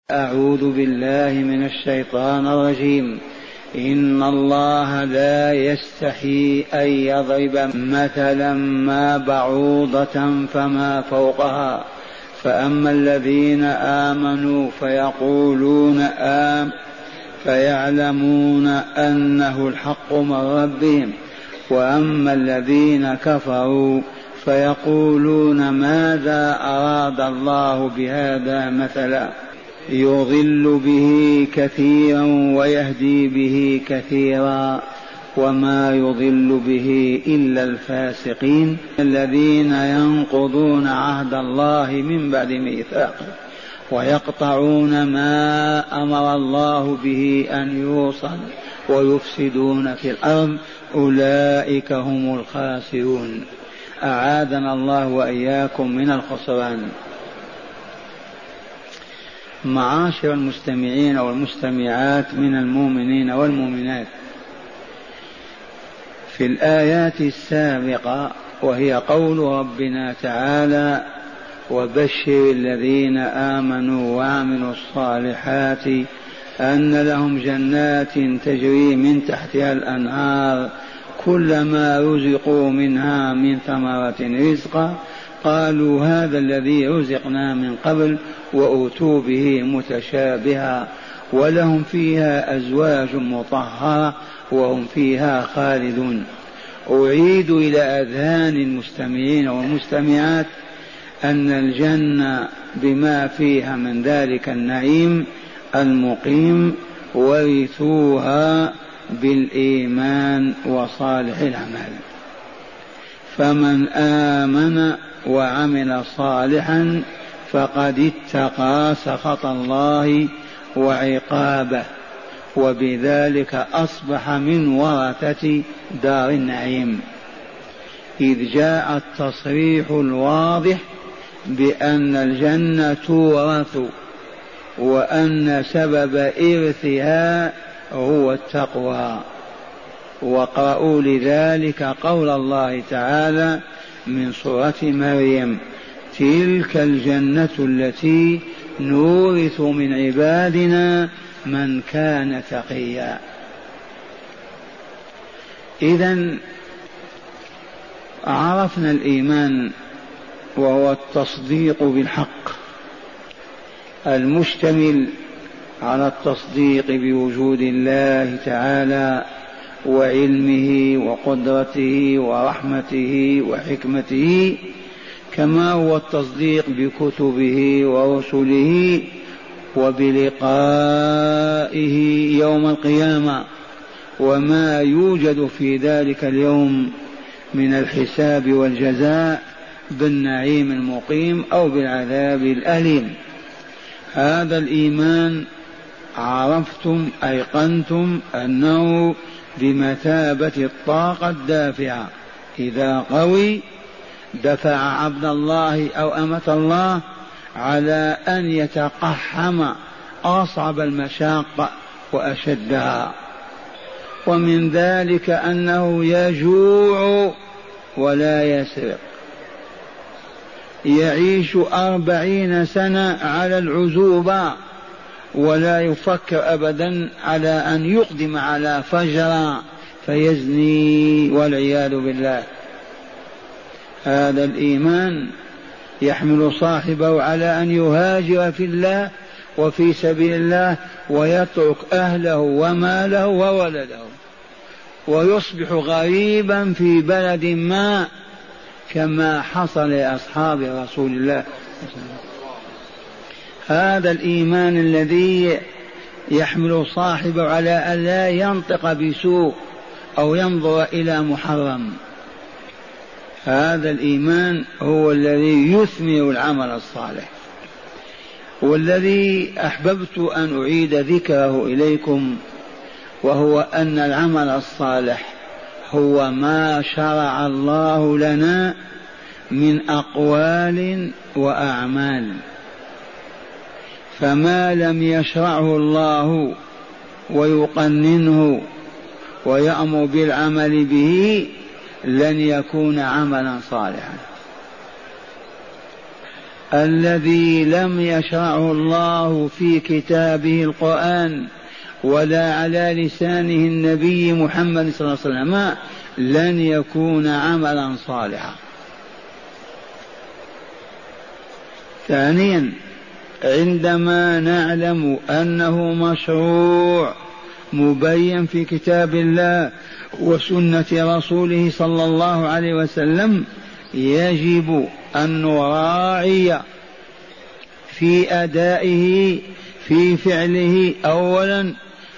أعوذ بالله من الشيطان الرجيم. إن الله لا يستحي أن يضرب مثلا ما بعوضة فما فوقها فأما الذين آمنوا فيعلمون أنه الحق من ربهم وأما الذين كفروا فيقولون ماذا أراد الله بهذا مثلا يضل به كثيرا ويهدي به كثيرا وما يضل به إلا الفاسقين الذين ينقضون عهد الله من بعد ميثاقه ويقطعون ما أمر الله به أن يوصل ويفسدون في الأرض أولئك هم الخاسرون. أعاذنا الله وإياكم من الخسران. معاشر المستمعين والمستمعات من المؤمنين والمؤمنات، في الآيات السابقة وهي قول ربنا تعالى وبشر الذين آمنوا وعملوا الصالحات أن لهم جنات تجري من تحتها الأنهار كلما رزقوا منها من ثمرة رزقا قالوا هذا الذي رزقنا من قبل وأوتوا به متشابها ولهم فيها أزواج مطهرة وهم فيها خالدون. أعيد إلى أذهان المستمعين والمستمعات أن الجنة بما فيها من ذلك النعيم المقيم ورثوها بالإيمان وصالح الأعمال، فمن آمن وعمل صالحا فقد اتقى سخط الله وعقابه وبذلك أصبح من ورثة دار النعيم، إذ جاء التصريح الواضح بأن الجنة تورث وأن سبب إرثها هو التقوى. وقرأوا لذلك قول الله تعالى من سورة مريم تلك الجنة التي نورث من عبادنا من كان تقيا. إذن عرفنا الإيمان وهو التصديق بالحق المشتمل على التصديق بوجود الله تعالى وعلمه وقدرته ورحمته وحكمته، كما هو التصديق بكتبه ورسله وبلقائه يوم القيامة وما يوجد في ذلك اليوم من الحساب والجزاء بالنعيم المقيم أو بالعذاب الأليم. هذا الإيمان عرفتم أيقنتم أنه بمثابة الطاقة الدافعة، إذا قوي دفع عبد الله أو أمة الله على أن يتقحم أصعب المشاق وأشدها. ومن ذلك أنه يجوع ولا يسرق، يعيش 40 سنة على العزوبة ولا يفكر أبدا على أن يقدم على فجر فيزني والعياذ بالله. هذا الإيمان يحمل صاحبه على أن يهاجر في الله وفي سبيل الله ويترك أهله وماله وولده ويصبح غريبا في بلد ما كما حصل لأصحاب رسول الله. هذا الإيمان الذي يحمل صاحبه على أن لا ينطق بسوء أو ينظر إلى محرم. هذا الإيمان هو الذي يثمر العمل الصالح، والذي أحببت أن أعيد ذكره إليكم، وهو أن العمل الصالح هو ما شرع الله لنا من أقوال وأعمال، فما لم يشرعه الله ويقننه ويأمر بالعمل به لن يكون عملا صالحا. الذي لم يشرعه الله في كتابه القرآن ولا على لسانه النبي محمد صلى الله عليه وسلم لن يكون عملا صالحا. ثانيا، عندما نعلم أنه مشروع مبين في كتاب الله وسنة رسوله صلى الله عليه وسلم، يجب أن نراعي في أدائه في فعله أولا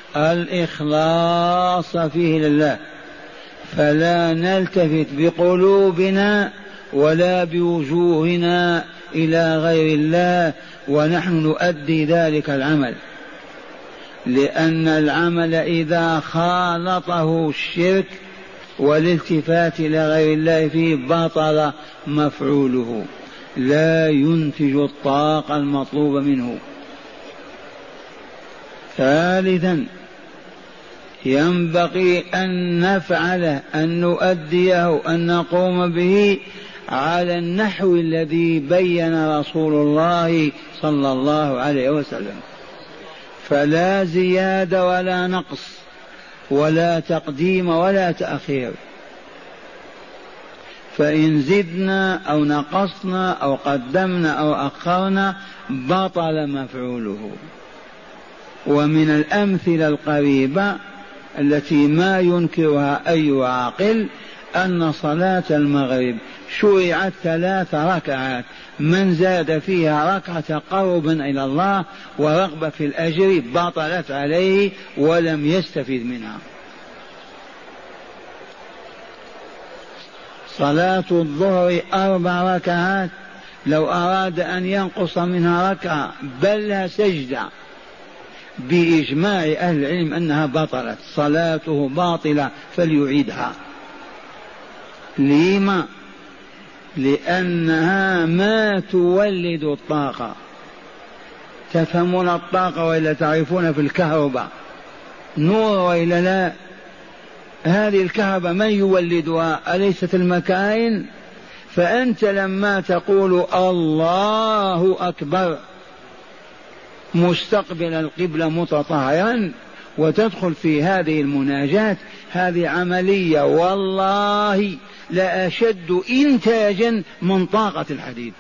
الإخلاص فيه لله، فلا نلتفت بقلوبنا ولا بوجوهنا إلى غير الله ونحن نؤدي ذلك العمل، لأن العمل إذا خالطه الشرك والالتفات إلى غير الله فيه بطل مفعوله، لا ينتج الطاقة المطلوبة منه. ثالثا، ينبغي أن نفعله، أن نؤديه، أن نقوم به على النحو الذي بين رسول الله صلى الله عليه وسلم، فلا زيادة ولا نقص ولا تقديم ولا تأخير، فإن زدنا أو نقصنا أو قدمنا أو أخرنا بطل مفعوله. ومن الأمثلة القريبة التي ما ينكرها أي عاقل أن صلاة المغرب شرعت 3 ركعات، من زاد فيها ركعة قربا إلى الله ورغبة في الأجر بطلت عليه ولم يستفد منها. صلاة الظهر 4 ركعات، لو أراد أن ينقص منها ركعة بل لها سجدة بإجماع أهل العلم أنها بطلت، صلاته باطلة فليعيدها. لما؟ لأنها ما تولد الطاقة. تفهمون الطاقة وإلا تعرفون في الكهرباء نور وإلا لا؟ هذه الكهرباء من يولدها؟ أليست المكائن؟ فأنت لما تقول الله أكبر مستقبل القبلة متطهرا وتدخل في هذه المناجاة، هذه عملية والله لا أشد إنتاجا من طاقة الحديد،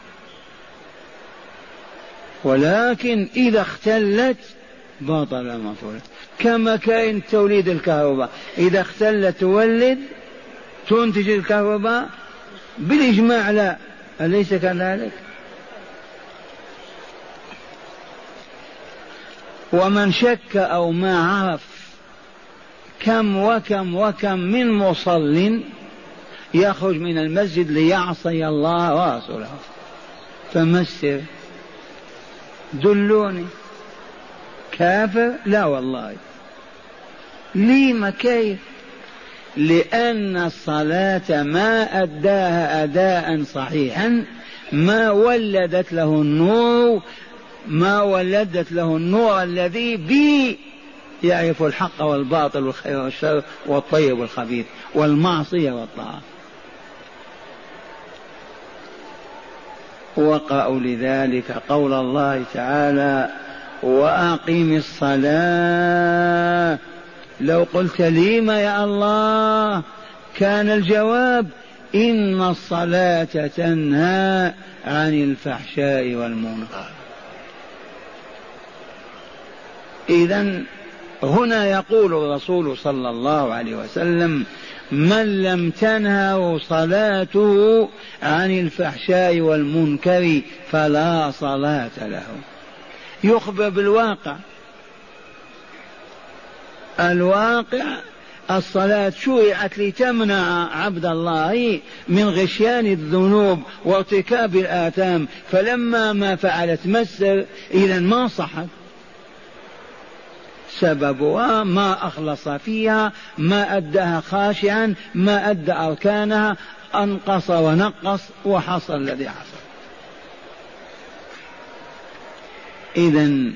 ولكن إذا اختلت بطل مفعول. كما كاين توليد الكهرباء، إذا اختلت تولد تنتج الكهرباء بالإجماع، لا أليس كذلك؟ ومن شك أو ما عرف كم وكم وكم من مصل يخرج من المسجد ليعصي الله ورسوله، فما السر؟ دلوني. كافر؟ لا والله. لما كيف؟ لأن الصلاة ما أداها أداء صحيحا ما ولدت له النور، ما ولدت له النور الذي به يعرف الحق والباطل والخير والشر والطيب والخبيث والمعصية والطاعة. وقعوا لذلك قول الله تعالى وأقم الصلاة. لو قلت لما يا الله كان الجواب إن الصلاة تنهى عن الفحشاء والمنكر. إذن هنا يقول الرسول صلى الله عليه وسلم من لم تنهه صلاته عن الفحشاء والمنكر فلا صلاة له. يخبر بالواقع، الواقع الصلاة شرعت لتمنع عبد الله من غشيان الذنوب وارتكاب الآثام، فلما ما فعلت مسر إذن ما صحت، سببها ما أخلص فيها، ما أداها خاشعا، ما أدى أركانها، أنقص ونقص وحصل الذي حصل. إذن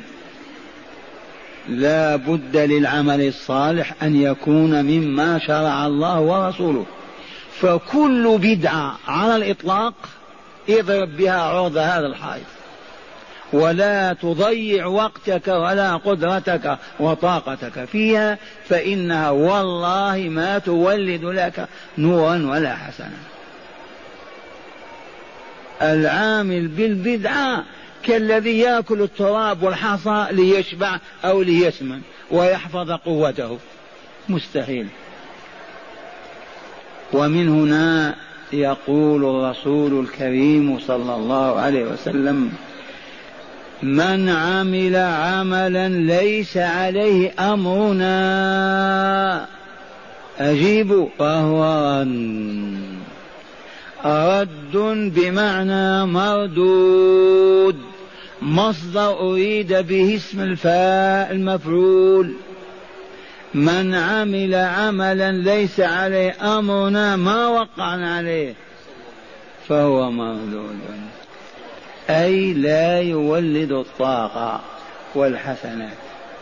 لا بد للعمل الصالح أن يكون مما شرع الله ورسوله، فكل بدعة على الإطلاق اضرب بها عرض هذا الحائط، ولا تضيع وقتك ولا قدرتك وطاقتك فيها، فإنها والله ما تولد لك نورا ولا حسنا. العامل بالبدعة كالذي يأكل التراب والحصى ليشبع أو ليسمن ويحفظ قوته، مستحيل. ومن هنا يقول الرسول الكريم صلى الله عليه وسلم: من عمل عملا ليس عليه أمرنا أجيبوا فهو رد بمعنى مردود، مصدر أريد به اسم الفاعل المفعول. من عمل عملا ليس عليه أمرنا ما وقعنا عليه فهو مردود، أي لا يولد الطاقة والحسنات.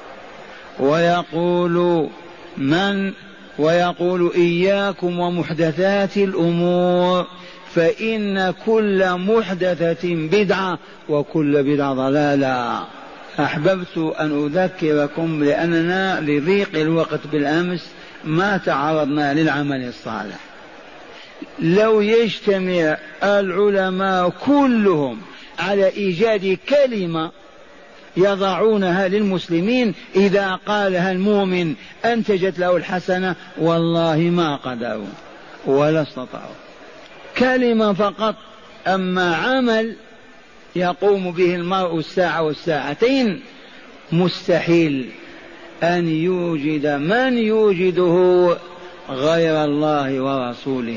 ويقول إياكم ومحدثات الأمور فإن كل محدثة بدعة وكل بدعة ضلالة. أحببت أن أذكركم لأننا لضيق الوقت بالأمس ما تعرضنا للعمل الصالح. لو يجتمع العلماء كلهم على إيجاد كلمة يضعونها للمسلمين إذا قالها المؤمن أنتجت له الحسنة، والله ما قدروا ولا استطاعوا، كلمة فقط. أما عمل يقوم به المرء الساعة والساعتين مستحيل أن يوجد من يوجده غير الله ورسوله.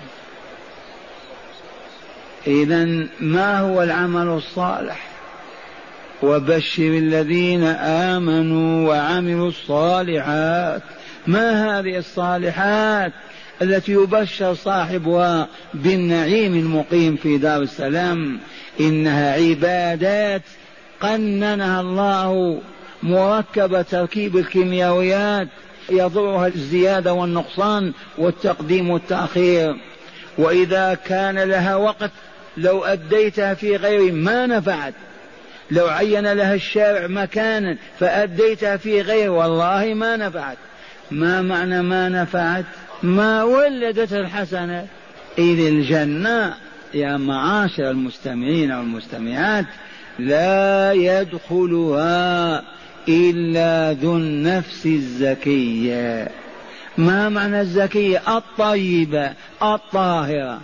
إذن ما هو العمل الصالح؟ وبشر الذين آمنوا وعملوا الصالحات. ما هذه الصالحات التي يبشر صاحبها بالنعيم المقيم في دار السلام؟ إنها عبادات قننها الله مركبة تركيب الكيميائيات يضرها الزيادة والنقصان والتقديم والتأخير، وإذا كان لها وقت لو أديتها في غير ما نفعت. لو عين لها الشارع مكانا فأديتها في غير والله ما نفعت. ما معنى ما نفعت؟ ما ولدت الحسنة. إذ الجنة يا معاشر المستمعين والمستمعات لا يدخلها إلا ذو النفس الزكية. ما معنى الزكية؟ الطيبة الطاهرة.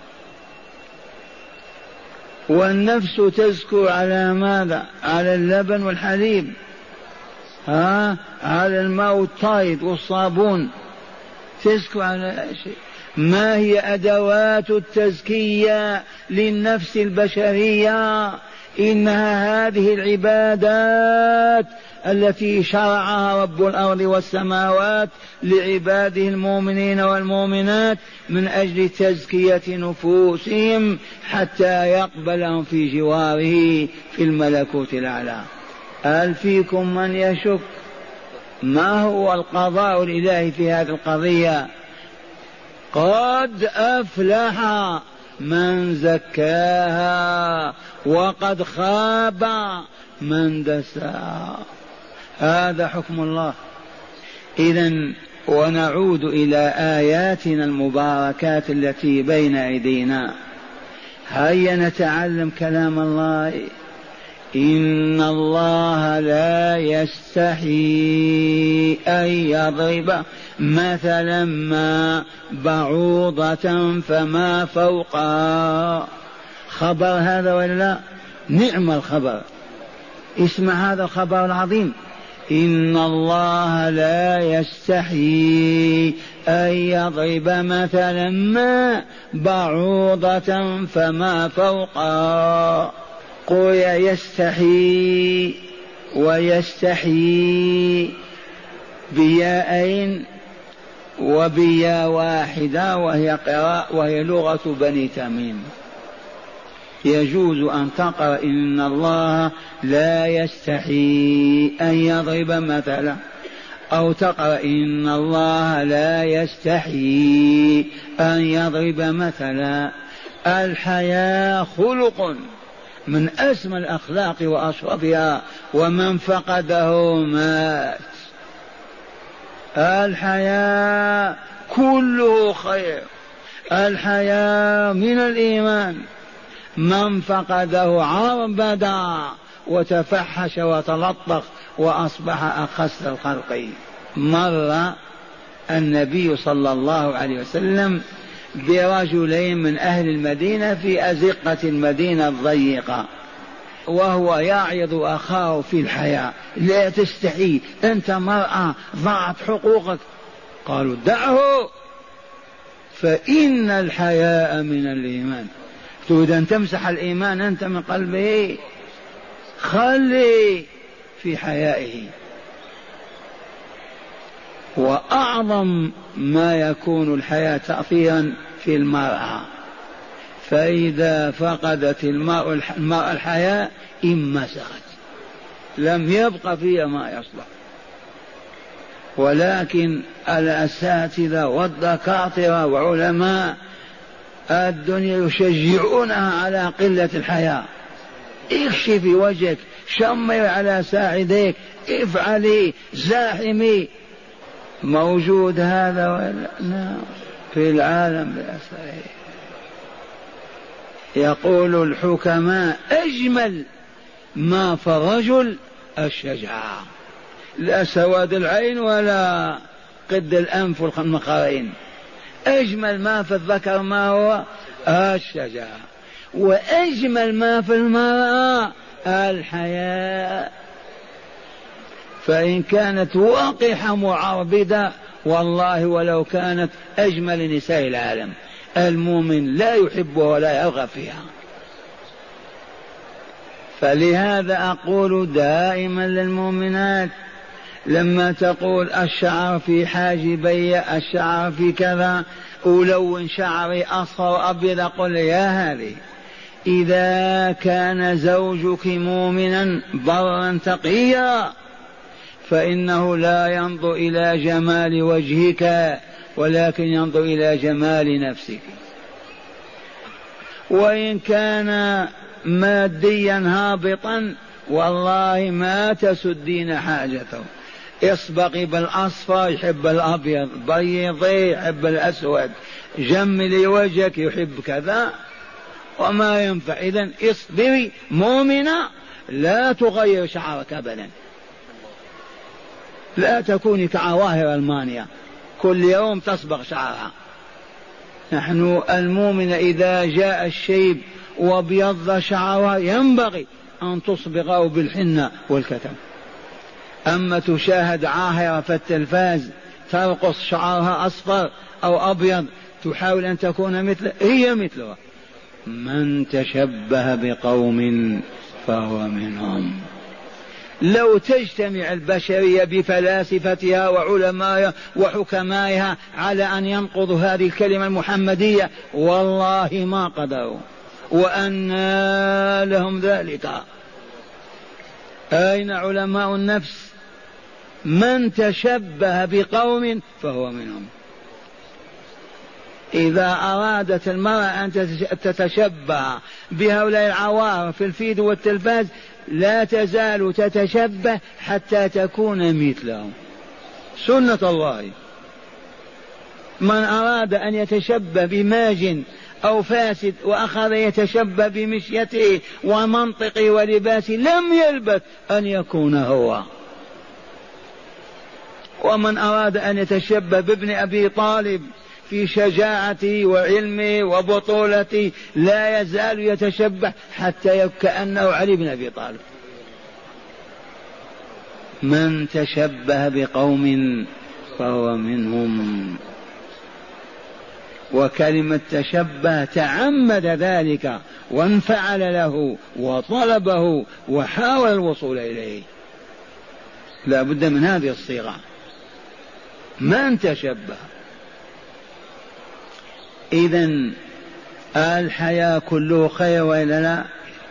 والنفس تزكو على ماذا؟ على اللبن والحليب، على الماء والطيب والصابون، تزكو على شيء. ما هي أدوات التزكية للنفس البشرية؟ إنها هذه العبادات التي شرعها رب الأرض والسماوات لعباده المؤمنين والمؤمنات من أجل تزكية نفوسهم حتى يقبلهم في جواره في الملكوت الأعلى. هل فيكم من يشك؟ ما هو القضاء الإلهي في هذه القضية؟ قد أفلح من زكاها وقد خاب من دساها. هذا حكم الله. إذن ونعود إلى آياتنا المباركات التي بين أيدينا. هيا نتعلم كلام الله. إن الله لا يستحي أن يضرب مثلا ما بعوضة فما فوقها. خبر هذا ولا لا؟ نعم الخبر. اسمع هذا الخبر العظيم. إن الله لا يستحي أن يضرب مثلا ما بعوضة فما فوقها. قل يستحي ويستحي بياءين وبياء واحدة وهي لغة بني تميم. يجوز أن تقرأ إن الله لا يستحي أن يضرب مثلا، أو تقرأ إن الله لا يستحي أن يضرب مثلا. الحياء خلق من أسمى الأخلاق وأشرفها، ومن فقده مات. الحياء كله خير، الحياء من الإيمان، من فقده عربد وتفحش وتلطخ وأصبح أخس الخلق. مر النبي صلى الله عليه وسلم برجلين من أهل المدينة في أزقة المدينة الضيقة، وهو يعظ أخاه في الحياة: لا تستحي، أنت مرأة، ضاعت حقوقك. قالوا: دعه فإن الحياء من الإيمان. تريد أن تمسح الإيمان أنت من قلبه؟ خلي في حيائه. وأعظم ما يكون الحياة تأثيرا في المرأة، فإذا فقدت المرأة الحياة انمسخت، لم يبق فيها ما يصلح. ولكن الأساتذة والدكاترة وعلماء الدنيا يشجعونها على قلة الحياة. اكشفي وجهك، شمري على ساعديك، افعلي، زاحمي. موجود هذا ولا لا في العالم بأسره؟ يقول الحكماء: أجمل ما في الرجل الشجاعة، لا سواد العين ولا قد الأنف والمخارين. أجمل ما في الذكر ما هو؟ الشجاعة. وأجمل ما في المرأة الحياء. فإن كانت واقحة معربدة والله ولو كانت أجمل نساء العالم، المؤمن لا يحبها ولا يرغب فيها. فلهذا أقول دائما للمؤمنات لما تقول الشعر في حاجبي، الشعر في كذا، ألون شعري أصفر أبيض، قل: يا هذه، إذا كان زوجك مؤمنا برا تقيا فإنه لا ينظر إلى جمال وجهك ولكن ينظر إلى جمال نفسك. وإن كان ماديا هابطا والله ما تسدين حاجته. اصبغي بالأصفر يحب الأبيض، بيضي يحب الأسود، جملي وجهك يحب كذا، وما ينفع. إذن اصبري مؤمنة، لا تغير شعرك أبدا، لا تكوني كعواهر ألمانيا كل يوم تصبغ شعرها. نحن المؤمن إذا جاء الشيب وابيض شعرها ينبغي أن تصبغه بالحنة والكتم. أما تشاهد عاهرة في التلفاز ترقص شعرها أصفر أو أبيض تحاول أن تكون مثل، هي مثلها. من تشبه بقوم فهو منهم. لو تجتمع البشرية بفلاسفتها وعلمائها وحكمائها على أن ينقضوا هذه الكلمة المحمدية والله ما قدروا، وأنى لهم ذلك. أين علماء النفس؟ من تشبه بقوم فهو منهم. إذا أرادت المرأة أن تتشبه بهؤلاء العوار في الفيديو والتلفاز لا تزال تتشبه حتى تكون مثلهم، سنة الله. من أراد أن يتشبه بماج أو فاسد وأخذ يتشبه بمشيته ومنطقه ولباسه لم يلبث أن يكون هو. ومن أراد أن يتشبه بابن أبي طالب في شجاعته وعلمه وبطولته لا يزال يتشبه حتى كأنه علي بن أبي طالب. من تشبه بقوم فهو منهم. وكلمة تشبه تعمد ذلك وانفعل له وطلبه وحاول الوصول إليه. لا بد من هذه الصيغة، من تشبه. إذن الحياة كله خير وإلا لا؟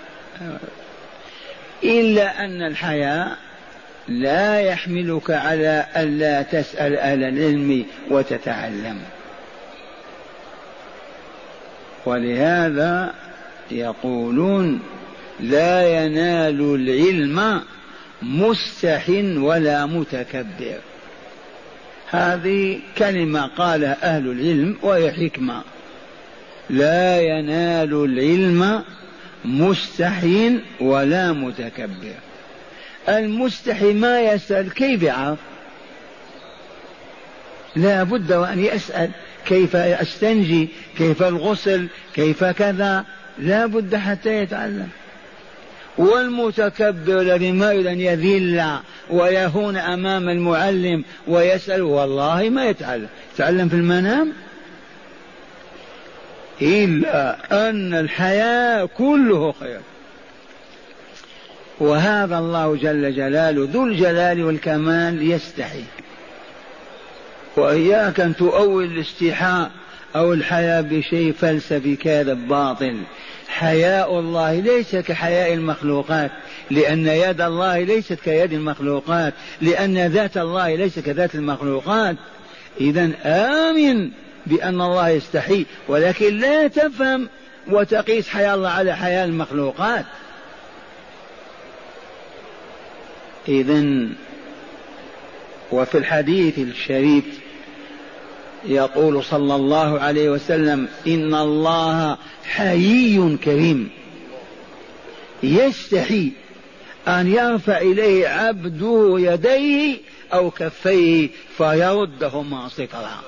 إلا أن الحياة لا يحملك على ألا تسأل أهل العلم وتتعلم. ولهذا يقولون لا ينال العلم مستح ولا متكبر. هذه كلمة قالها أهل العلم وهي حكمة. لا ينال العلم مستحي ولا متكبر. المستحي ما يسأل كيف يعرف؟ لا بد وأن يسأل كيف أستنجي، كيف الغسل، كيف كذا، لا بد حتى يتعلم. والمتكبر الذي ما يريد أن يذل ويهون أمام المعلم ويسأل والله ما يتعلم، يتعلم في المنام. إلا أن الحياة كله خير. وهذا الله جل جلاله ذو الجلال والكمال يستحي. وإياك أن تؤول الاستحاء أو الحياة بشيء فلسفي كاذب باطل. حياء الله ليس كحياء المخلوقات، لأن يد الله ليست كيد المخلوقات، لأن ذات الله ليس كذات المخلوقات. إذن آمن بأن الله يستحي، ولكن لا تفهم وتقيس حياء الله على حياء المخلوقات. إذن وفي الحديث الشريف يقول صلى الله عليه وسلم إن الله حيي كريم يستحي أن يرفع إليه عبده يديه أو كفيه فيردهما صفرا.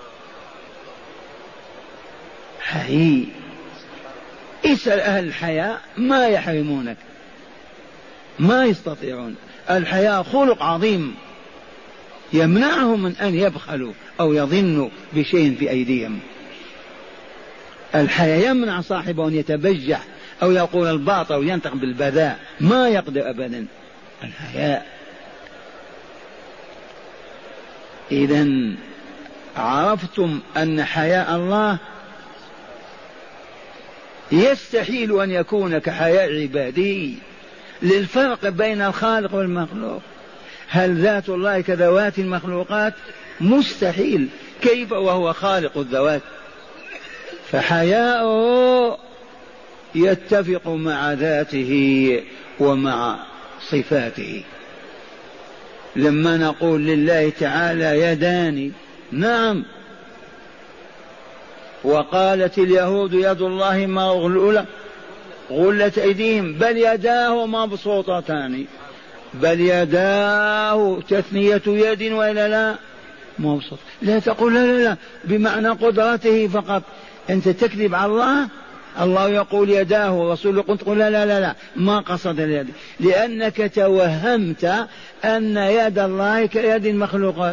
حيي. اسأل أهل الحياء ما يحرمونك، ما يستطيعون. الحياء خلق عظيم يمنعهم من أن يبخلوا أو يظنوا بشيء في أيديهم. الحياء يمنع صاحبه أن يتبجح أو يقول الباطل أو ينطق بالبذاء، ما يقدر أبدا الحياء. إذن عرفتم أن حياء الله يستحيل أن يكون كحياء عباده، للفرق بين الخالق والمخلوق. هل ذات الله كذوات المخلوقات؟ مستحيل. كيف وهو خالق الذوات؟ فحياؤه يتفق مع ذاته ومع صفاته. لما نقول لله تعالى يدان، نعم، وقالت اليهود يد الله مغلولة غلت أيديهم، بل يداه مبسوطتان، بل يداه تثنية يد وإلا لا مبسوط. لا تقول لا لا لا بمعنى قدرته فقط، أنت تكذب على الله. الله يقول يداه ورسوله قلت قل لا لا لا لا ما قصد اليد، لأنك توهمت أن يد الله كيد المخلوقات.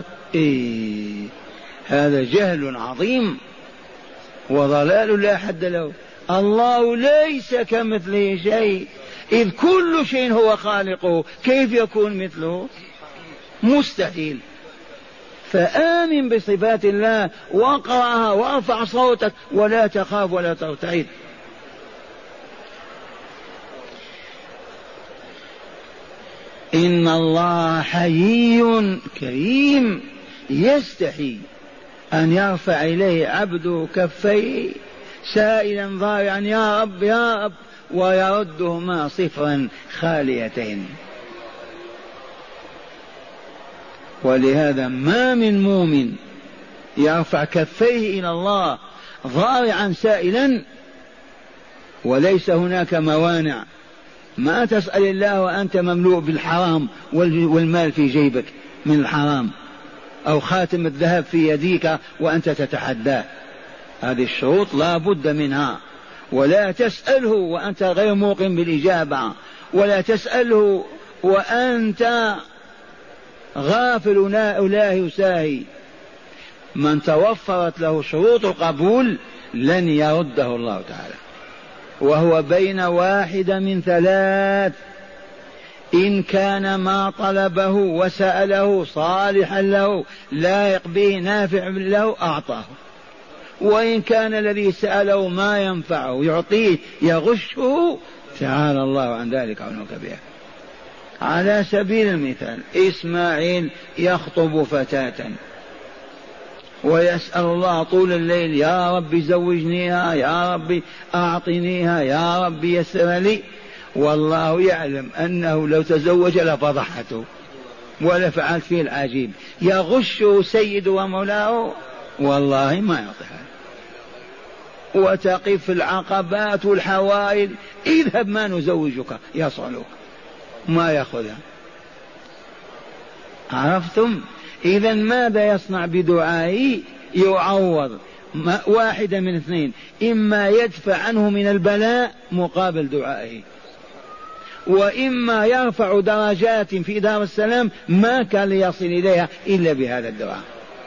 هذا جهل عظيم وضلال لا حد له. الله ليس كمثله شيء، إذ كل شيء هو خالقه، كيف يكون مثله؟ مستحيل. فآمن بصفات الله واقرأها وارفع صوتك ولا تخاف ولا ترتعد. إن الله حيي كريم يستحي أن يرفع إليه عبده كفيه سائلا ضارعا يا رب يا رب ويردهما صفرا خاليتين. ولهذا ما من مؤمن يرفع كفيه إلى الله ضارعا سائلا وليس هناك موانع. ما تسأل الله وأنت مملوء بالحرام والمال في جيبك من الحرام، أو خاتم الذهب في يديك وأنت تتحداه. هذه الشروط لا بد منها. ولا تسأله وأنت غير موقن بالإجابة، ولا تسأله وأنت غافل لا يساهي. من توفرت له شروط القبول لن يرده الله تعالى، وهو بين واحدة من ثلاث: إن كان ما طلبه وسأله صالحا له لايق به نافع له أعطاه، وإن كان الذي سأله ما ينفعه يعطيه يغشه تعالى الله عن ذلك عنه كبير. على سبيل المثال إسماعيل يخطب فتاة ويسأل الله طول الليل يا رب زوجنيها، يا رب أعطنيها، يا رب يسر لي، والله يعلم أنه لو تزوج لفضحته ولا فعلت فيه العجيب، يغشه سيد ومولاه والله ما يطيح، وتقف في العقبات والحوائل، اذهب ما نزوجك، يصلك ما يأخذها. عرفتم؟ إذا ماذا يصنع بدعائه؟ يعوض واحدة من اثنين، إما يدفع عنه من البلاء مقابل دعائه، وإما يرفع درجات في دار السلام ما كان ليصل إليها إلا بهذا الدعاء.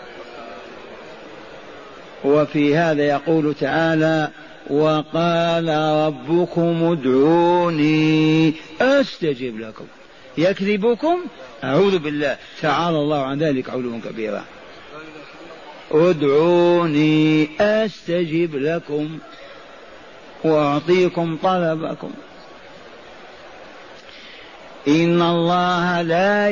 وفي هذا يقول تعالى وقال ربكم ادعوني أستجب لكم. يكذبكم؟ أعوذ بالله، تعالى الله عن ذلك علوا كبيرا. ادعوني أستجب لكم وأعطيكم طلبكم. إن الله لا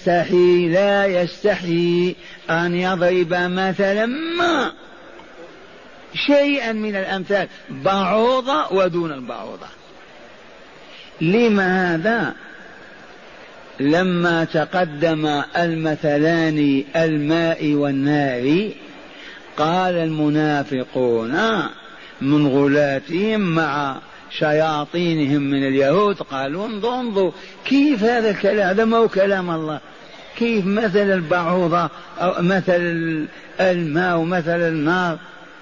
يستحي أن يضرب مثلا ما شيئا من الأمثال، بعوضة ودون البعوضة. لما هذا؟ لما تقدم المثلان الماء والنار قال المنافقون من غلاتهم مع شياطينهم من اليهود قالوا انظروا كيف هذا الكلام، هذا ما هو كلام الله، كيف مثل البعوضة أو مثل الماء ومثل النار.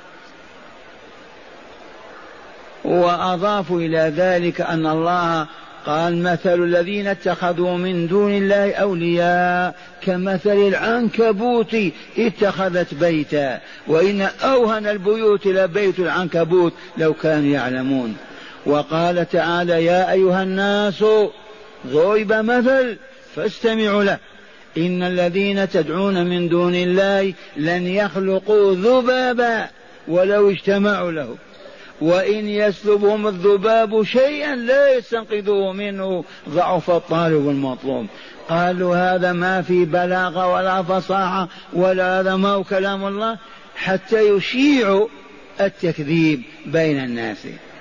وأضافوا إلى ذلك أن الله قال مثل الذين اتخذوا من دون الله أولياء كمثل العنكبوت اتخذت بيتا وإن أوهن البيوت لبيت العنكبوت لو كانوا يعلمون. وقال تعالى يا أيها الناس ضرب مثل فاستمعوا له إن الذين تدعون من دون الله لن يخلقوا ذبابا ولو اجتمعوا له وإن يسلبهم الذباب شيئا لا يستنقذوه منه ضعف الطالب والمطلوب. قالوا هذا ما في بلاغة ولا فصاحة ولا هذا ما هو كلام الله، حتى يشيعوا التكذيب بين الناس.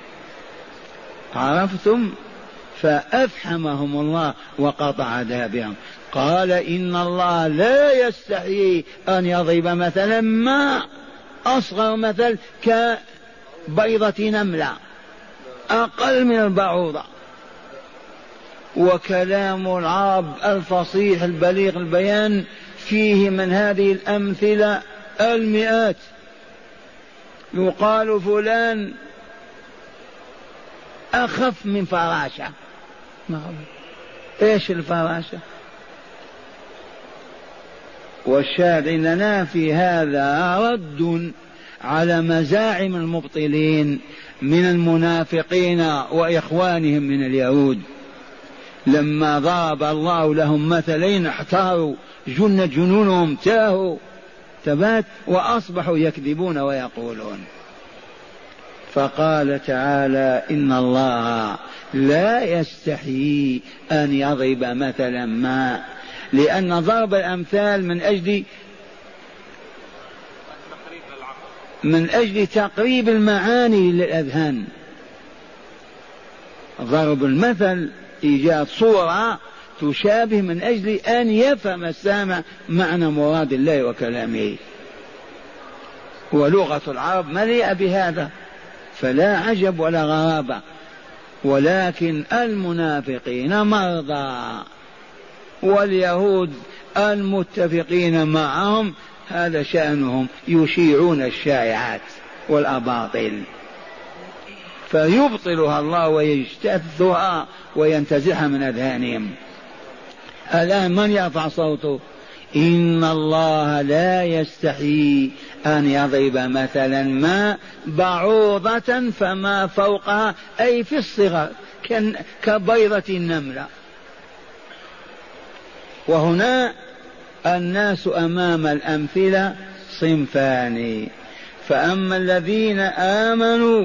عرفتم؟ فأفحمهم الله وقطع دابرهم. قال إن الله لا يستحيي أن يضرب مثلا ما أصغر مثل كبيضة نملة أقل من البعوضة. وكلام العرب الفصيح البليغ البيان فيه من هذه الأمثلة المئات. يقال فلان أخف من فراشة. إيش الفراشة؟ والشاهد إننا في هذا رد على مزاعم المبطلين من المنافقين وإخوانهم من اليهود. لما ضرب الله لهم مثلين احتاروا جن جنونهم تاهوا ثبات وأصبحوا يكذبون ويقولون. فقال تعالى إن الله لا يستحيي أن يضرب مثلا ما، لأن ضرب الأمثال من أجل تقريب المعاني للأذهان. ضرب المثل إيجاد صورة تشابه من أجل أن يفهم السامع معنى مراد الله وكلامه. ولغة العرب مليئة بهذا، فلا عجب ولا غرابة. ولكن المنافقين مرضى واليهود المتفقين معهم هذا شأنهم، يشيعون الشائعات والأباطيل فيبطلها الله ويجتثها وينتزعها من أذهانهم. الآن من يرفع صوته؟ إن الله لا يستحيي أن يضرب مثلا ما بعوضة فما فوقها أي في الصغر كبيضة النملة. وهنا الناس أمام الأمثلة صنفان، فأما الذين آمنوا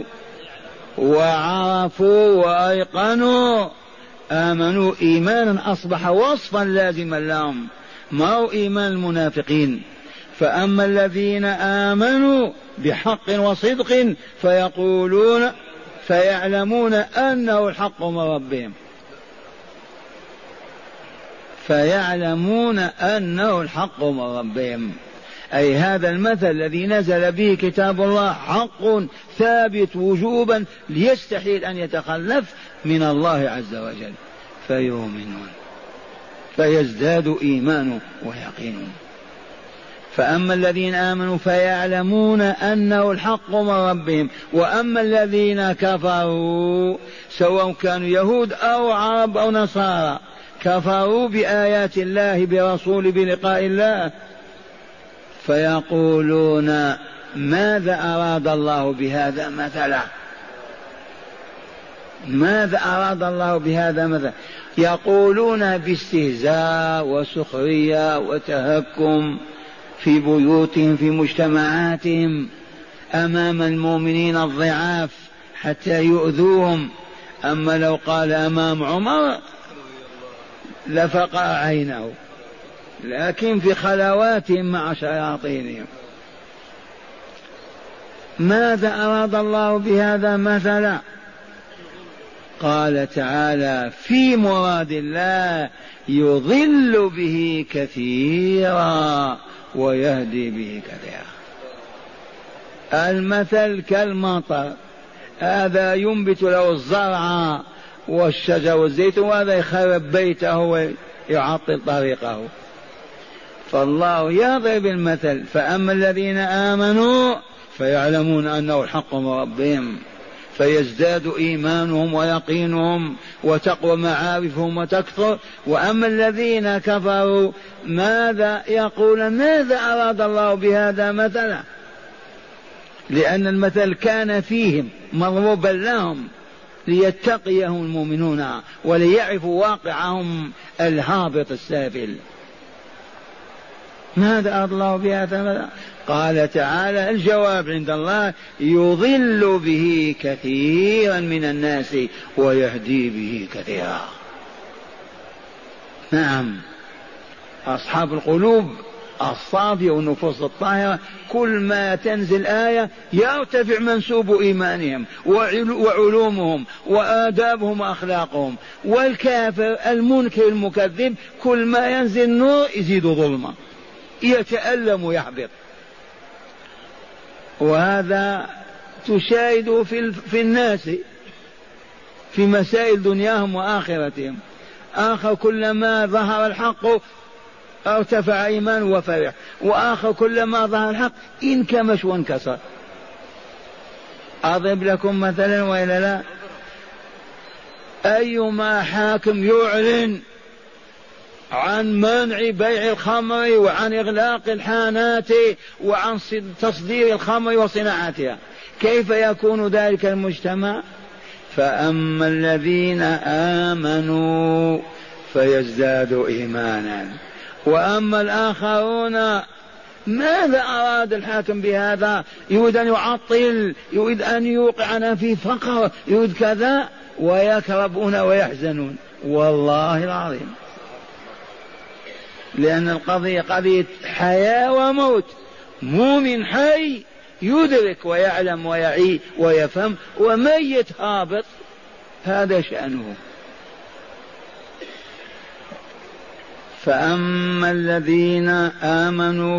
وعرفوا وأيقنوا، آمنوا إيمانا أصبح وصفا لازما لهم، ما هو إيمان المنافقين. فأما الذين آمنوا بحق وصدق فيعلمون أنه الحق من ربهم، فيعلمون أنه الحق من ربهم، أي هذا المثل الذي نزل به كتاب الله حق ثابت وجوبا ليستحيل أن يتخلف من الله عز وجل، فيؤمنون فيزداد إيمانهم ويقينهم. فأما الذين آمنوا فيعلمون أنه الحق من ربهم، وأما الذين كفروا سواء كانوا يهود أو عرب أو نصارى كفروا بآيات الله برسول بلقاء الله فيقولون ماذا أراد الله بهذا مثلا، ماذا أراد الله بهذا مثلا. يقولون باستهزاء وسخرية وتهكم في بيوتهم في مجتمعاتهم أمام المؤمنين الضعاف حتى يؤذوهم، أما لو قال أمام عمر لفقع عينه، لكن في خلواتهم مع شياطينهم. ماذا أراد الله بهذا مثلا؟ قال تعالى في مراد الله يضل به كثيرا ويهدي به كثيرا. المثل كالمطر، هذا ينبت له الزرع والشجر والزيت، وهذا يخرب بيته ويعطل طريقه. فالله يضرب المثل، فأما الذين آمنوا فيعلمون أنه الحق من ربهم فيزداد إيمانهم ويقينهم وتقوى معارفهم وتكثر. وأما الذين كفروا ماذا يقول؟ ماذا أراد الله بهذا مثلا؟ لأن المثل كان فيهم مضروبا لهم ليتقيهم المؤمنون وليعرفوا واقعهم الهابط السافل. ماذا أراد الله بهذا مثلا؟ قال تعالى الجواب عند الله يضل به كثيرا من الناس ويهدي به كثيرا. نعم، أصحاب القلوب الصافية والنفوس الطاهرة كل ما تنزل آية يرتفع منسوب إيمانهم وعلومهم وآدابهم وأخلاقهم. والكافر المنكر المكذب كل ما ينزل نور يزيد ظلمة، يتألم ويحبط. وهذا تشاهده في الناس في مسائل دنياهم وآخرتهم. آخر كلما ظهر الحق ارتفع إيمانه وفرح، وآخر كلما ظهر الحق انكمش وانكسر. أضرب لكم مثلا وإلا لا؟ أيما حاكم يعلن عن منع بيع الخمر وعن إغلاق الحانات وعن تصدير الخمر وصناعتها، كيف يكون ذلك المجتمع؟ فأما الذين آمنوا فيزدادوا إيمانا، وأما الآخرون ماذا أراد الحاكم بهذا؟ يريد أن يعطل، يريد أن يوقعنا في فقر، يريد كذا، ويكربون ويحزنون. والله العظيم، لأن القضية قضية حياة وموت. مؤمن حي يدرك ويعلم ويعي ويفهم، وميت هابط هذا شأنه. فأما الذين آمنوا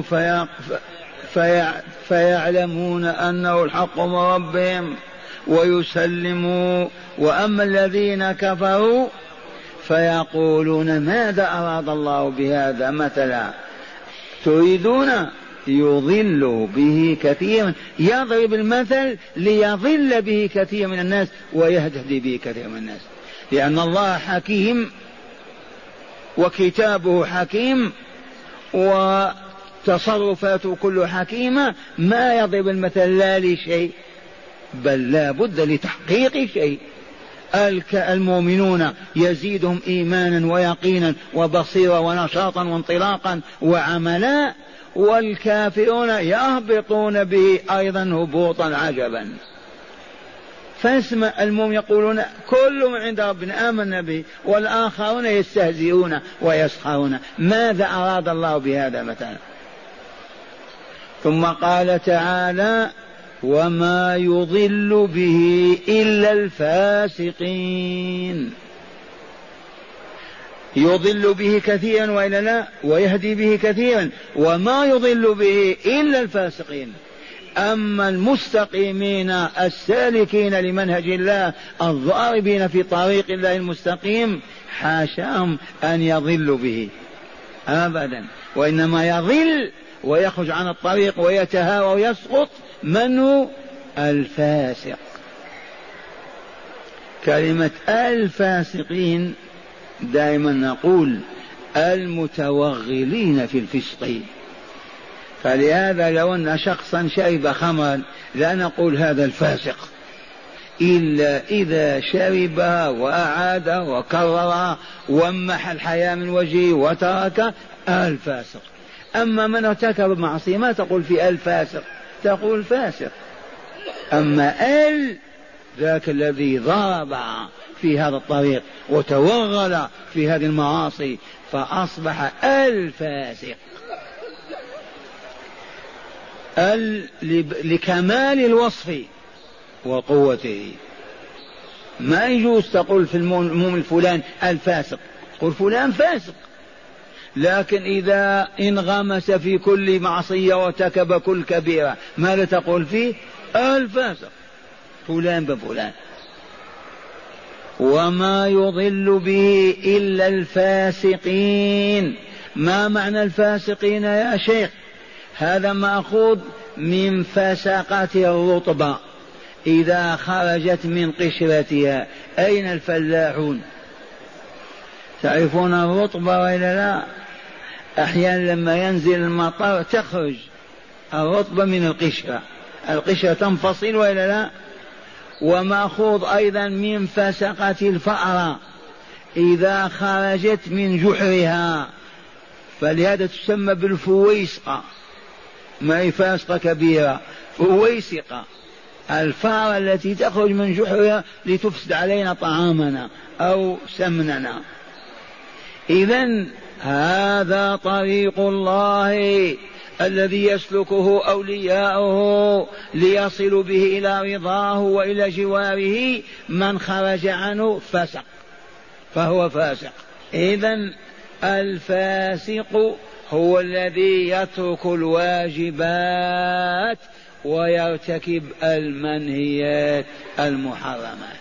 فيعلمون أنه الحق من ربهم ويسلموا، وأما الذين كفروا فيقولون ماذا أراد الله بهذا مثلا؟ تريدون يضل به كثيرا، يضرب المثل ليضل به كثير من الناس ويهدي به كثير من الناس، لأن الله حكيم وكتابه حكيم وتصرفاته كله حكيمة. ما يضرب المثل لا لشيء بل لا بد لتحقيق شيء. المؤمنون يزيدهم إيمانا ويقينا وبصيرا ونشاطا وانطلاقا وعملا، والكافرون يهبطون به أيضا هبوطا عجبا. فاسمع، المؤمن يقولون كل من عند ربنا آمنا به، والآخرون يستهزئون ويسخرون. ماذا أراد الله بهذا مثلا؟ ثم قال تعالى وما يضل به إلا الفاسقين. يضل به كثيرا وإلا لا، ويهدي به كثيرا، وما يضل به إلا الفاسقين. أما المستقيمين السالكين لمنهج الله الضاربين في طريق الله المستقيم حاشاهم أن يضلوا به أبدا، وإنما يضل ويخرج عن الطريق ويتهاوى ويسقط من هو؟ الفاسق. كلمة الفاسقين دائما نقول المتوغلين في الفسق، فلهذا لو أن شخصا شرب خمرا لا نقول هذا الفاسق إلا إذا شربها وأعادها وكررها وامح الحياة من وجهه وترك الفاسق. أما من ارتكب معصية ما تقول في الفاسق، تقول فاسق. أما ذاك الذي ضرب في هذا الطريق وتوغل في هذه المعاصي فأصبح الفاسق. لكمال الوصف وقوته. ما يجوز تقول في المؤمن فلان الفاسق، قل فلان فاسق، لكن إذا انغمس في كل معصية وارتكب كل كبيرة ماذا تقول فيه؟ الفاسق فلان بفلان. وما يضل به إلا الفاسقين. ما معنى الفاسقين يا شيخ؟ هذا مأخوذ من فسقة الرطبة إذا خرجت من قشرتها. أين الفلاحون؟ تعرفون الرطبة وإلا لا؟ أحيانا لما ينزل المطر تخرج الرطبة من القشرة، القشرة تنفصل وإلا لا؟ ومأخوذ أيضا من فسقة الفأرة إذا خرجت من جحرها، فلهذا تسمى بالفويسقة، ما هي فاسقة كبيرة، فويسقة، الفأرة التي تخرج من جحرها لتفسد علينا طعامنا أو سمننا. إذن هذا طريق الله الذي يسلكه أولياؤه ليصلوا به إلى رضاه وإلى جواره. من خرج عنه فسق فهو فاسق. إذن الفاسق هو الذي يترك الواجبات ويرتكب المنهيات المحرمات.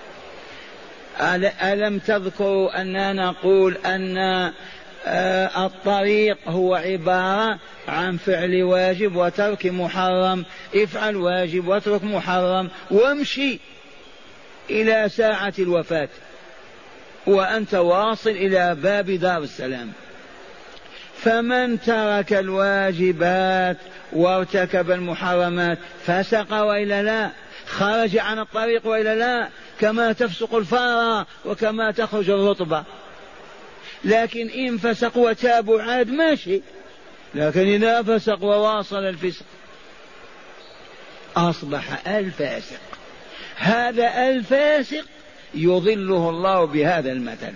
ألم تذكروا أننا نقول أن الطريق هو عبارة عن فعل واجب وترك محرم؟ افعل واجب واترك محرم وامشي إلى ساعة الوفاة وأنت واصل إلى باب دار السلام. فمن ترك الواجبات وارتكب المحرمات فسق وإلا لا؟ خرج عن الطريق وإلا لا؟ كما تفسق الفارة وكما تخرج الرطبة. لكن إن فسق وتاب عاد ماشي، لكن إذا فسق وواصل الفسق أصبح الفاسق. هذا الفاسق يضله الله بهذا المثل،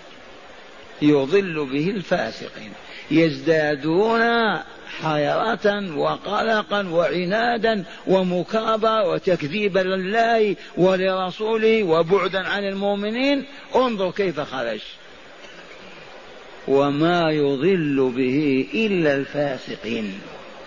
يضل به الفاسقين، يزدادون حيرة وقلقا وعنادا ومكابرة وتكذيبا لله ولرسوله وبعدا عن المؤمنين. انظر كيف خرج. وما يضل به إلا الفاسقين.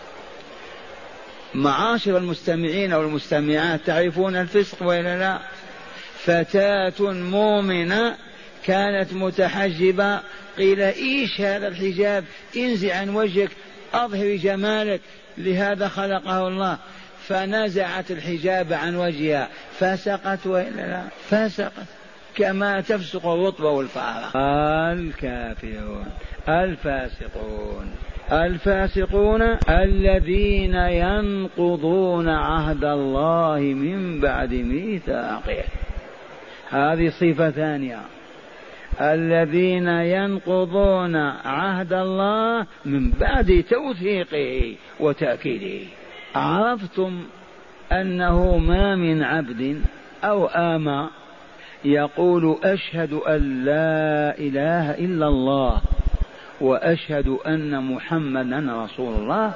معاشر المستمعين والمستمعات، تعرفون الفسق وإلا لا؟ فتاة مؤمنة كانت متحجبة، قيل إيش هذا الحجاب؟ انزع عن وجهك، أظهر جمالك، لهذا خلقه الله. فنزعت الحجاب عن وجهها فسقت وإلا لا؟ فسقت كما تفسق الرطبة والفأرة. الكافرون الفاسقون. الفاسقون الذين ينقضون عهد الله من بعد ميثاقه. هذه صفة ثانية، الذين ينقضون عهد الله من بعد توثيقه وتأكيده. عرفتم أنه ما من عبد أو آمة يقول أشهد أن لا إله إلا الله وأشهد أن محمدا رسول الله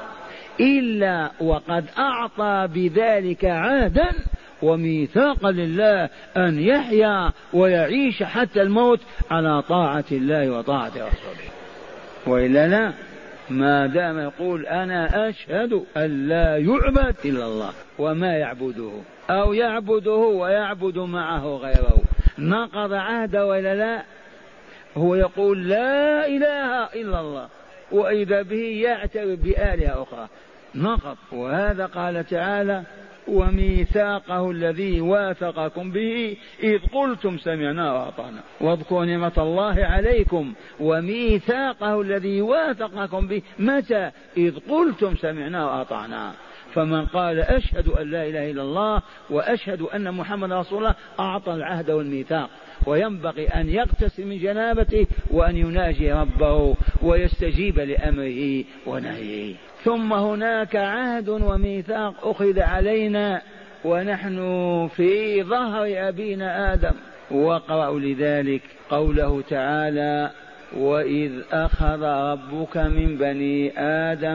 إلا وقد أعطى بذلك عهدا وميثاقا لله أن يحيا ويعيش حتى الموت على طاعة الله وطاعة رسوله، وإلا لا، ما دام يقول أنا أشهد أن لا يعبد إلا الله وما يعبده أو يعبده ويعبد معه غيره، نقض عهده وإلا لا؟ هو يقول لا إله إلا الله وإذا به يعترف بآلهة أخرى، نقض. وهذا قال تعالى وميثاقه الذي واثقكم به إذ قلتم سمعنا وأطعنا واذكروا نعمة الله عليكم وميثاقه الذي واثقكم به متى؟ إذ قلتم سمعنا وأطعنا. فمن قال أشهد أن لا إله إلا الله وأشهد أن محمد رسول الله أعطى العهد والميثاق، وينبغي أن يغتسل من جنابته وأن يناجي ربه ويستجيب لأمره ونهيه. ثم هناك عهد وميثاق أخذ علينا ونحن في ظهر أبينا آدم، واقرأوا لذلك قوله تعالى وإذ أخذ ربك من بني آدم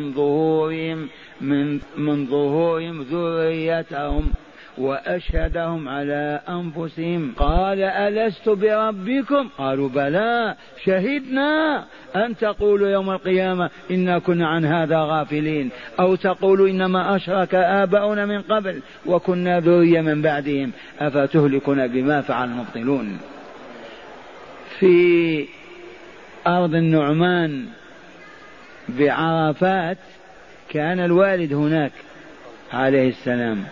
من ظهورهم ذريتهم وأشهدهم على أنفسهم قال ألست بربكم قالوا بلى شهدنا أن تقولوا يوم القيامة إنا كنا عن هذا غافلين أو تقولوا إنما أشرك آباؤنا من قبل وكنا ذرية من بعدهم أفتهلكنا بما فعل المبطلون. في أرض النعمان بعرفات كان الوالد هناك عليه السلام.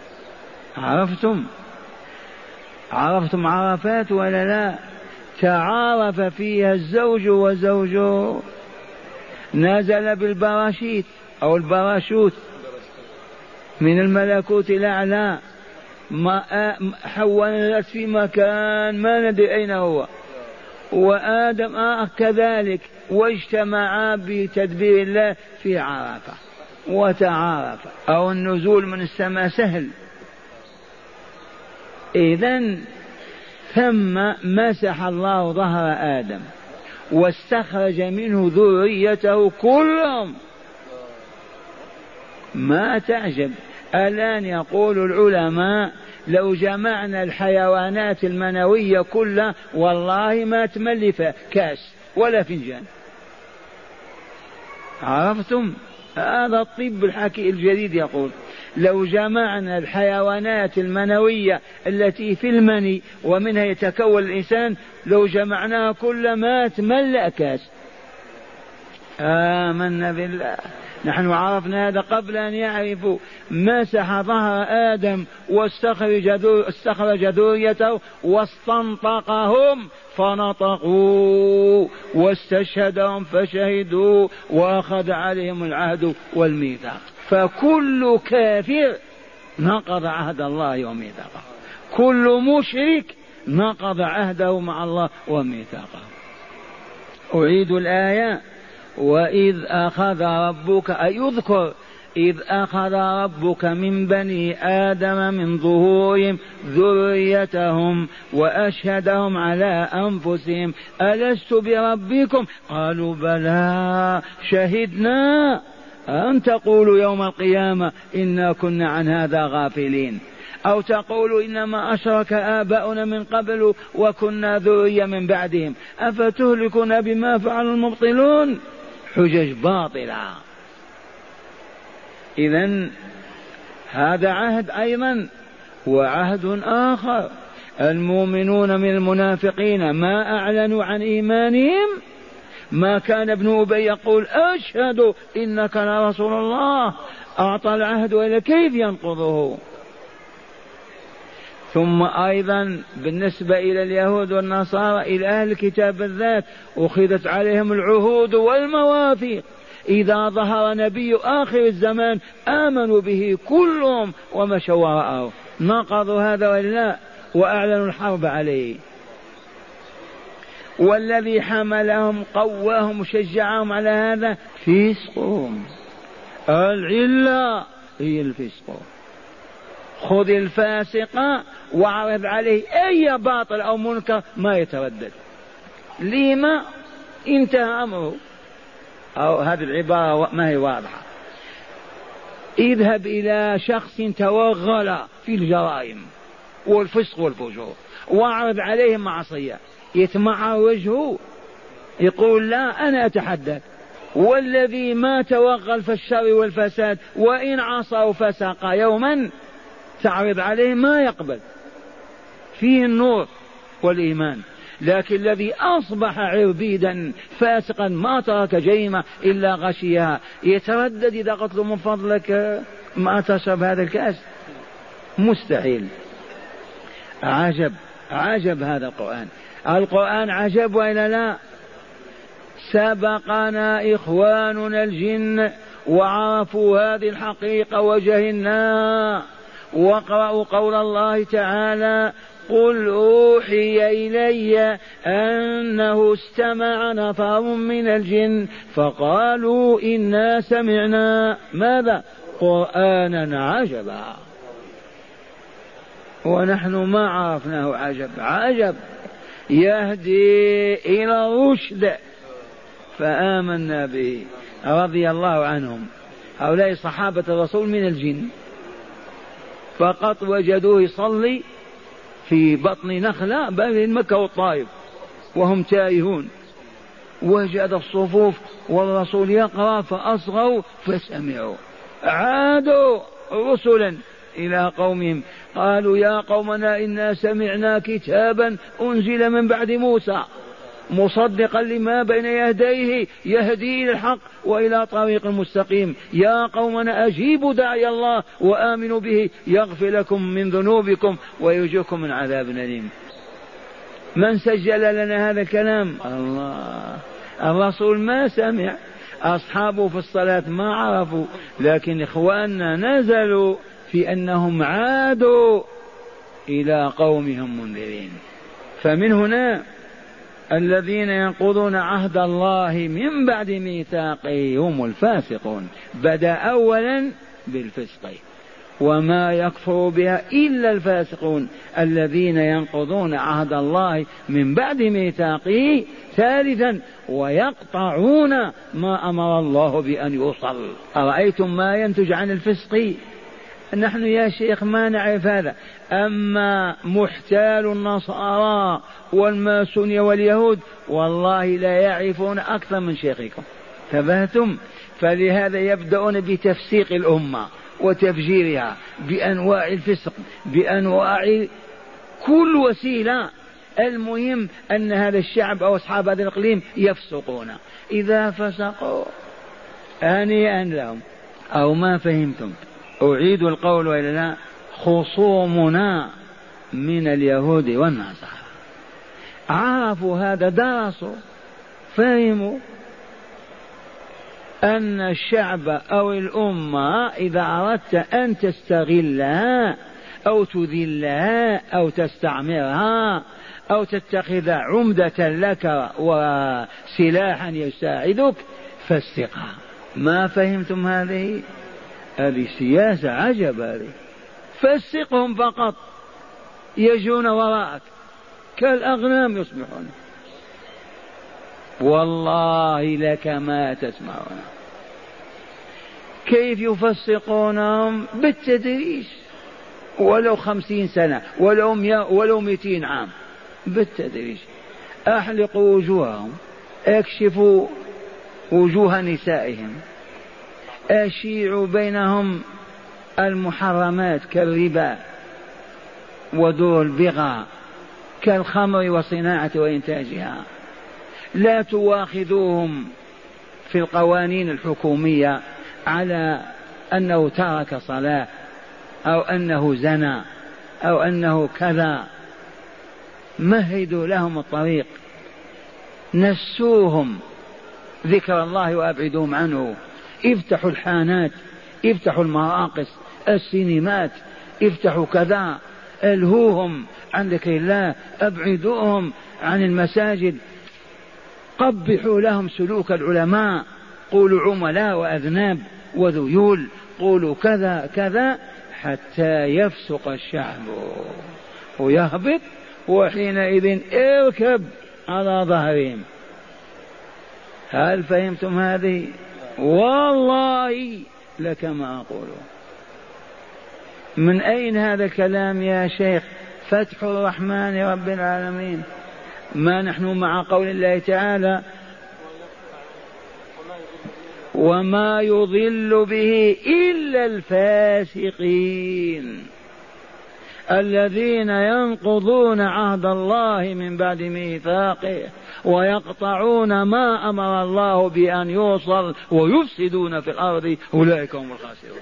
عرفتم عرفات ولا لا؟ تعارف فيها الزوج وزوجه، نزل بالبراشيت أو البراشوت من الملكوت الأعلى، حولت في مكان ما ندري أين هو، وآدم كذلك، واجتمعا بتدبير الله في عرفة وتعارف. أو النزول من السماء سهل. إذن ثم مسح الله ظهر آدم واستخرج منه ذريته كلهم. ما تعجب الآن يقول العلماء لو جمعنا الحيوانات المنوية كلها والله ما تملف كاس ولا فنجان. عرفتم؟ هذا الطب الحكي الجديد يقول لو جمعنا الحيوانات المنوية التي في المني ومنها يتكون الإنسان لو جمعناها كل ما تملأ كاس. آمنا بالله. نحن عرفنا هذا قبل أن يعرفوا. مسح ظهر آدم واستخرج ذريته واستنطقهم فنطقوا واستشهدهم فشهدوا وأخذ عليهم العهد والميثاق. فكل كافر نقض عهد الله وميثاقه، كل مشرك نقض عهده مع الله وميثاقه. أعيد الآية وإذ أخذ ربك أيذكر إذ أخذ ربك من بني آدم من ظهورهم ذريتهم وأشهدهم على أنفسهم ألست بربكم قالوا بلى شهدنا أن تقولوا يوم القيامة إنا كنا عن هذا غافلين أو تقولوا إنما أشرك آباؤنا من قبل وكنا ذرية من بعدهم أفتهلكنا بما فعل المبطلون. حجج باطلة. إذن هذا عهد أيضا. وعهد آخر المؤمنون من المنافقين ما أعلنوا عن إيمانهم ما كان ابن أبي يقول أشهد إنك لرسول الله أعطى العهد وإلى كيف ينقضه. ثم أيضا بالنسبة إلى اليهود والنصارى إلى أهل الكتاب بالذات أخذت عليهم العهود والمواثيق. إذا ظهر نبي آخر الزمان آمنوا به كلهم ومشوا وراءه. نقضوا هذا ولا وأعلنوا الحرب عليه. والذي حملهم قواهم وشجعهم على هذا فسقهم. العلة هي الفسق. خذ الفاسق واعرض عليه أي باطل أو منكر ما يتردد. لما انتهى أمره. أو هذه العبارة ما هي واضحة. اذهب إلى شخص توغل في الجرائم والفسق والفجور واعرض عليهم معصية، يتمعر وجهه يقول لا أنا أتحدث. والذي ما توغل في الشر والفساد وإن عصوا فسق يوما تعرض عليه ما يقبل، فيه النور والإيمان. لكن الذي أصبح عربيدا فاسقا ما ترك جريمة إلا غشيها يتردد إذا قلت له من فضلك ما تشرب هذا الكأس، مستحيل. عجب عجب هذا القرآن. القرآن عجب وإلا لا؟ سبقنا إخواننا الجن وعرفوا هذه الحقيقة وجهلناها. واقرأوا قول الله تعالى قل أوحي إلي أنه استمع نفر من الجن فقالوا إنا سمعنا ماذا؟ قرآنا عجبا. ونحن ما عرفناه عجب. عجب يهدي إلى الرشد فآمنا به رضي الله عنهم. هؤلاء صحابة الرسول من الجن فقط وجدوه يصلي في بطن نخلة بين مكة والطائف وهم تائهون، وجد الصفوف والرسول يقرأ فأصغوا فسمعوا، عادوا رسلا إلى قومهم قالوا يا قومنا إنا سمعنا كتابا أنزل من بعد موسى مصدقا لما بين يديه يهدي إلى الحق وإلى طريق مستقيم، يا قومنا أجيبوا داعي الله وآمنوا به يغفر لكم من ذنوبكم ويجيركم من عذاب أليم. من سجل لنا هذا الكلام؟ الله. الرسول ما سمع، أصحابه في الصلاة ما عرفوا، لكن إخواننا نزلوا في أنهم عادوا إلى قومهم منذرين. فمن هنا الذين ينقضون عهد الله من بعد ميثاقه هم الفاسقون. بدأ أولا بالفسق وما يكفر بها إلا الفاسقون الذين ينقضون عهد الله من بعد ميثاقه. ثالثا ويقطعون ما أمر الله بأن يوصل. أرأيتم ما ينتج عن الفسق؟ نحن يا شيخ ما نعرف هذا. أما محتال النصارى والماسونية واليهود والله لا يعرفون أكثر من شيخكم. تبهتم؟ فلهذا يبدأون بتفسيق الأمة وتفجيرها بأنواع الفسق بأنواع كل وسيلة. المهم أن هذا الشعب أو أصحاب هذا الإقليم يفسقون. إذا فسقوا هنيئا لهم. أو ما فهمتم؟ أعيد القول وإلا لا؟ خصومنا من اليهود والنصارى عرفوا هذا، درسوا، فهموا أن الشعب أو الأمة إذا أردت أن تستغلها أو تذلها أو تستعمرها أو تتخذ عمدة لك وسلاحا يساعدك فاسقها. ما فهمتم هذه؟ هذه سياسة عجب. هذه فسقهم فقط يجون وراءك كالأغنام يصبحون. والله لك ما تسمعون. كيف يفسقونهم؟ بالتدريج، ولو 50 سنة ولو 100 ولو 200 عام، بالتدريج. أحلقوا وجوههم، اكشفوا وجوه نسائهم، أشيعوا بينهم المحرمات كالربا ودور البغاء كالخمر وصناعة وإنتاجها. لا تواخذوهم في القوانين الحكومية على أنه ترك صلاة أو أنه زنى أو أنه كذا. مهدوا لهم الطريق، نسوهم ذكر الله وأبعدوهم عنه. افتحوا الحانات، افتحوا المراقص، السينمات، افتحوا كذا، الهوهم عن ذكر الله، ابعدوهم عن المساجد، قبحوا لهم سلوك العلماء، قولوا عملاء وأذناب وذيول، قولوا كذا كذا حتى يفسق الشعب ويهبط، وحينئذ اركب على ظهرهم. هل فهمتم هذه؟ والله لك ما أقول. من أين هذا الكلام يا شيخ؟ فتح الرحمن رب العالمين. ما نحن مع قول الله تعالى وما يضل به إلا الفاسقين الذين ينقضون عهد الله من بعد ميثاقه ويقطعون ما أمر الله بأن يوصل ويفسدون في الأرض أولئك هم الخاسرون.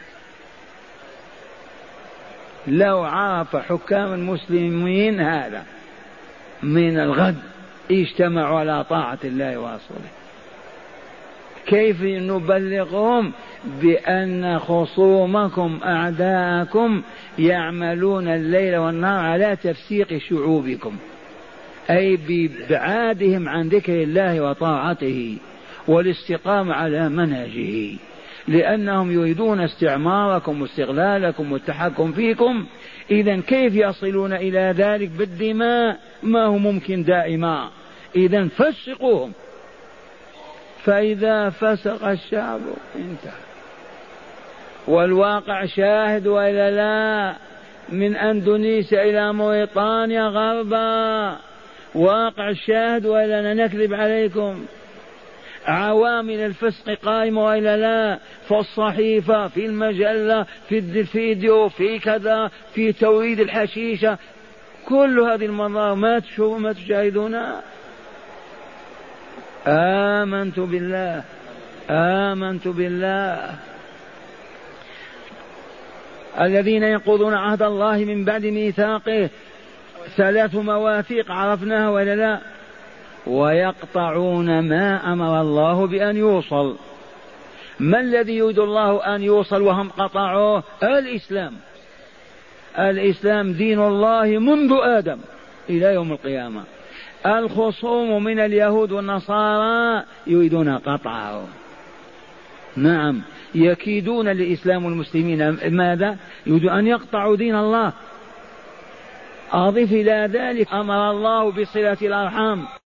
لو عرف حكام المسلمين هذا من الغد اجتمعوا على طاعة الله ورسوله. كيف نبلغهم بأن خصومكم أعداءكم يعملون الليل والنهار على تفسيق شعوبكم، أي بإبعادهم عن ذكر الله وطاعته والاستقامة على منهجه، لأنهم يريدون استعماركم واستغلالكم والتحكم فيكم. إذن كيف يصلون إلى ذلك بالدماء؟ ما هو ممكن دائما. إذن فسقوهم، فإذا فسق الشعب انتهى. والواقع شاهد وإلا لا، من أندونيسيا إلى موريطانيا غربا، واقع الشاهد وإلا لا نكذب عليكم. عوامل الفسق قائمة وإلا لا، في الصحيفة، في المجلة، في الفيديو، في كذا، في توريد الحشيشة، كل هذه المظاهر ما تشاهدونها. آمنت بالله آمنت بالله. الذين ينقضون عهد الله من بعد ميثاقه، 3 مواثيق عرفناها ولا لا؟ ويقطعون ما أمر الله بأن يوصل. ما الذي يريد الله أن يوصل وهم قطعوه؟ الإسلام. الإسلام دين الله منذ آدم إلى يوم القيامة. الخصوم من اليهود والنصارى يريدون قطعه. نعم، يكيدون للإسلام والمسلمين. ماذا؟ يريدون أن يقطعوا دين الله. أضف إلى ذلك أمر الله بصلة الأرحام.